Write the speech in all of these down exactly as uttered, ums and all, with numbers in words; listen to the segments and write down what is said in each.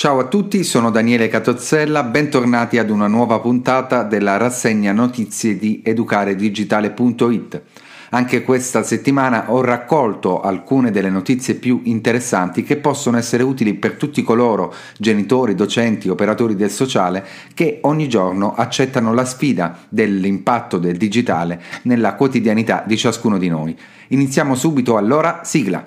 Ciao a tutti, sono Daniele Catozzella, bentornati ad una nuova puntata della rassegna notizie di educare digitale punto it. Anche questa settimana ho raccolto alcune delle notizie più interessanti che possono essere utili per tutti coloro, genitori, docenti, operatori del sociale, che ogni giorno accettano la sfida dell'impatto del digitale nella quotidianità di ciascuno di noi. Iniziamo subito, allora, sigla!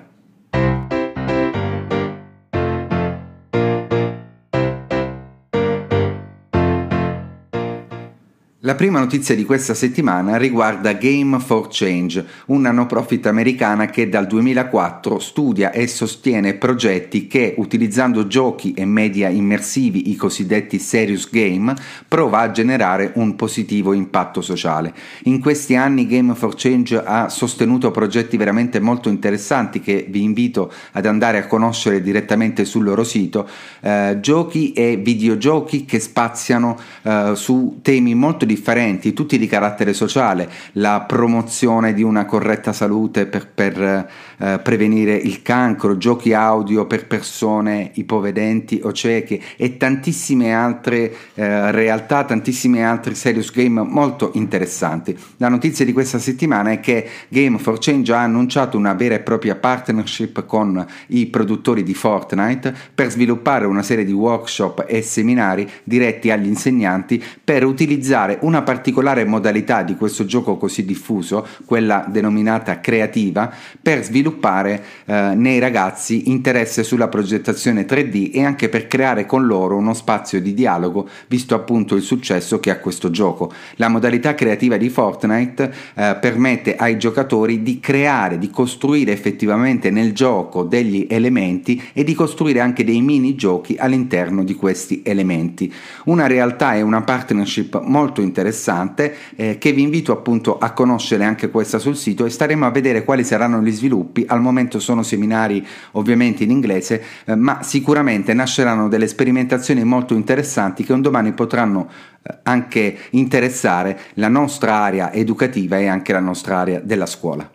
La prima notizia di questa settimana riguarda Game for Change, una no profit americana che dal duemilaquattro studia e sostiene progetti che, utilizzando giochi e media immersivi, i cosiddetti serious game, prova a generare un positivo impatto sociale. In questi anni Game for Change ha sostenuto progetti veramente molto interessanti che vi invito ad andare a conoscere direttamente sul loro sito, eh, giochi e videogiochi che spaziano eh, su temi molto differenti differenti, tutti di carattere sociale, la promozione di una corretta salute per, per eh, prevenire il cancro, giochi audio per persone ipovedenti o cieche e tantissime altre eh, realtà, tantissimi altri serious game molto interessanti. La notizia di questa settimana è che Game for Change ha annunciato una vera e propria partnership con i produttori di Fortnite per sviluppare una serie di workshop e seminari diretti agli insegnanti per utilizzare una particolare modalità di questo gioco così diffuso, quella denominata creativa, per sviluppare eh, nei ragazzi interesse sulla progettazione tre D e anche per creare con loro uno spazio di dialogo, visto appunto il successo che ha questo gioco. La modalità creativa di Fortnite eh, permette ai giocatori di creare, di costruire effettivamente nel gioco degli elementi e di costruire anche dei minigiochi all'interno di questi elementi. Una realtà e una partnership molto interessante eh, che vi invito appunto a conoscere anche questa sul sito, e staremo a vedere quali saranno gli sviluppi. Al momento sono seminari ovviamente in inglese, eh, ma sicuramente nasceranno delle sperimentazioni molto interessanti che un domani potranno eh, anche interessare la nostra area educativa e anche la nostra area della scuola.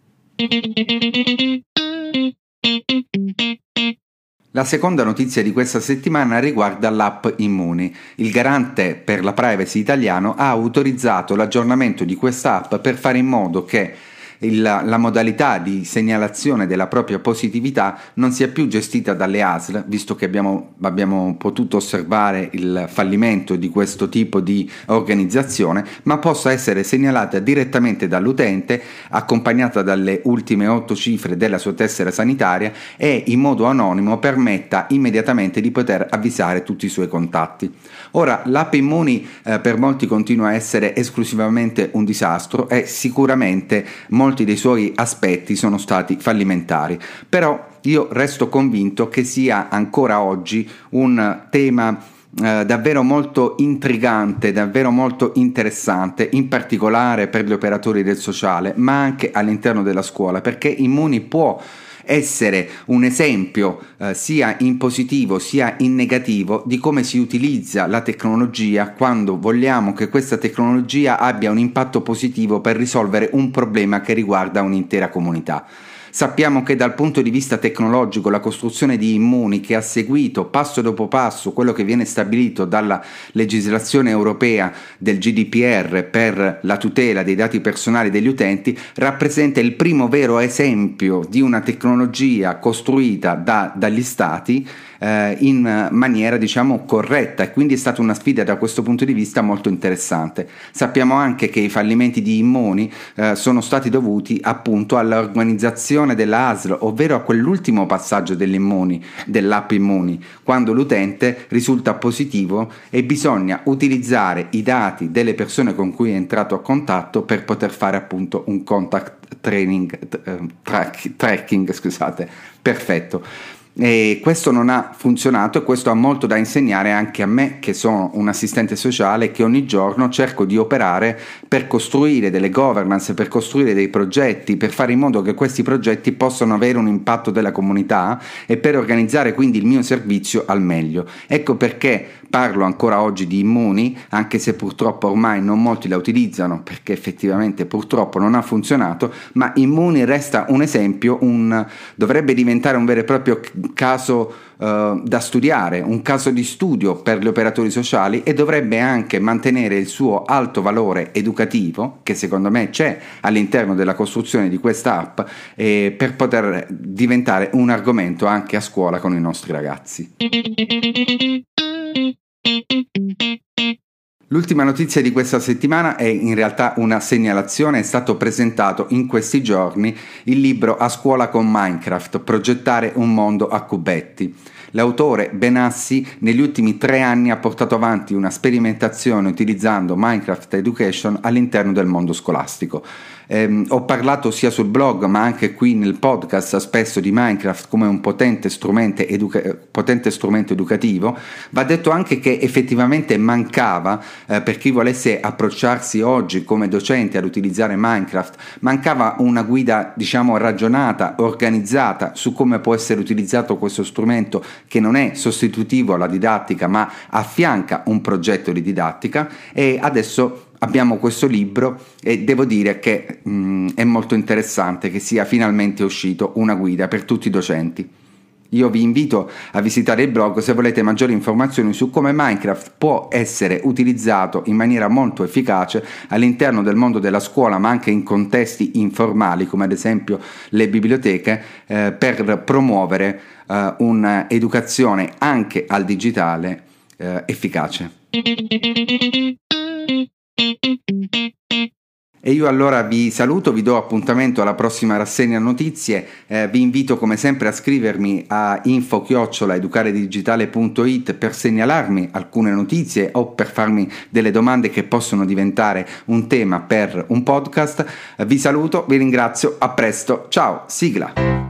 La seconda notizia di questa settimana riguarda l'app Immuni. Il garante per la privacy italiano ha autorizzato l'aggiornamento di questa app per fare in modo che Il, la modalità di segnalazione della propria positività non sia più gestita dalle A S L, visto che abbiamo, abbiamo potuto osservare il fallimento di questo tipo di organizzazione, ma possa essere segnalata direttamente dall'utente, accompagnata dalle ultime otto cifre della sua tessera sanitaria, e in modo anonimo permetta immediatamente di poter avvisare tutti i suoi contatti. Ora, l'app Immuni eh, per molti continua a essere esclusivamente un disastro e sicuramente molti Molti dei suoi aspetti sono stati fallimentari, però io resto convinto che sia ancora oggi un tema eh, davvero molto intrigante, davvero molto interessante, in particolare per gli operatori del sociale, ma anche all'interno della scuola, perché Immuni può essere un esempio eh, sia in positivo sia in negativo di come si utilizza la tecnologia quando vogliamo che questa tecnologia abbia un impatto positivo per risolvere un problema che riguarda un'intera comunità. Sappiamo che dal punto di vista tecnologico la costruzione di Immuni, che ha seguito passo dopo passo quello che viene stabilito dalla legislazione europea del G D P R per la tutela dei dati personali degli utenti, rappresenta il primo vero esempio di una tecnologia costruita da, dagli stati eh, in maniera diciamo corretta, e quindi è stata una sfida da questo punto di vista molto interessante. Sappiamo anche che i fallimenti di Immuni eh, sono stati dovuti appunto all'organizzazione della A S L, ovvero a quell'ultimo passaggio dell'Immuni, dell'app Immuni, quando l'utente risulta positivo e bisogna utilizzare i dati delle persone con cui è entrato a contatto per poter fare appunto un contact training, eh, track, tracking, scusate, perfetto. E questo non ha funzionato, e questo ha molto da insegnare anche a me, che sono un assistente sociale, che ogni giorno cerco di operare per costruire delle governance, per costruire dei progetti, per fare in modo che questi progetti possano avere un impatto della comunità e per organizzare quindi il mio servizio al meglio. Ecco perché parlo ancora oggi di Immuni, anche se purtroppo ormai non molti la utilizzano, perché effettivamente purtroppo non ha funzionato, ma Immuni resta un esempio, un, dovrebbe diventare un vero e proprio caso uh, da studiare, un caso di studio per gli operatori sociali, e dovrebbe anche mantenere il suo alto valore educativo, che secondo me c'è all'interno della costruzione di questa app, eh, per poter diventare un argomento anche a scuola con i nostri ragazzi. L'ultima notizia di questa settimana è in realtà una segnalazione. È stato presentato in questi giorni il libro A scuola con Minecraft, progettare un mondo a cubetti. L'autore Benassi negli ultimi tre anni ha portato avanti una sperimentazione utilizzando Minecraft Education all'interno del mondo scolastico. Eh, ho parlato sia sul blog ma anche qui nel podcast spesso di Minecraft come un potente strumento, educa- potente strumento educativo. Va detto anche che effettivamente mancava, eh, per chi volesse approcciarsi oggi come docente ad utilizzare Minecraft, mancava una guida, diciamo, ragionata, organizzata su come può essere utilizzato questo strumento, che non è sostitutivo alla didattica ma affianca un progetto di didattica. E adesso abbiamo questo libro e devo dire che mh, è molto interessante che sia finalmente uscito una guida per tutti i docenti. Io vi invito a visitare il blog se volete maggiori informazioni su come Minecraft può essere utilizzato in maniera molto efficace all'interno del mondo della scuola, ma anche in contesti informali come ad esempio le biblioteche, eh, per promuovere eh, un'educazione anche al digitale eh, efficace. E io allora vi saluto, vi do appuntamento alla prossima rassegna notizie, eh, vi invito come sempre a scrivermi a info chiocciola educaredigitale punto it per segnalarmi alcune notizie o per farmi delle domande che possono diventare un tema per un podcast. Vi saluto, vi ringrazio, a presto, ciao, sigla!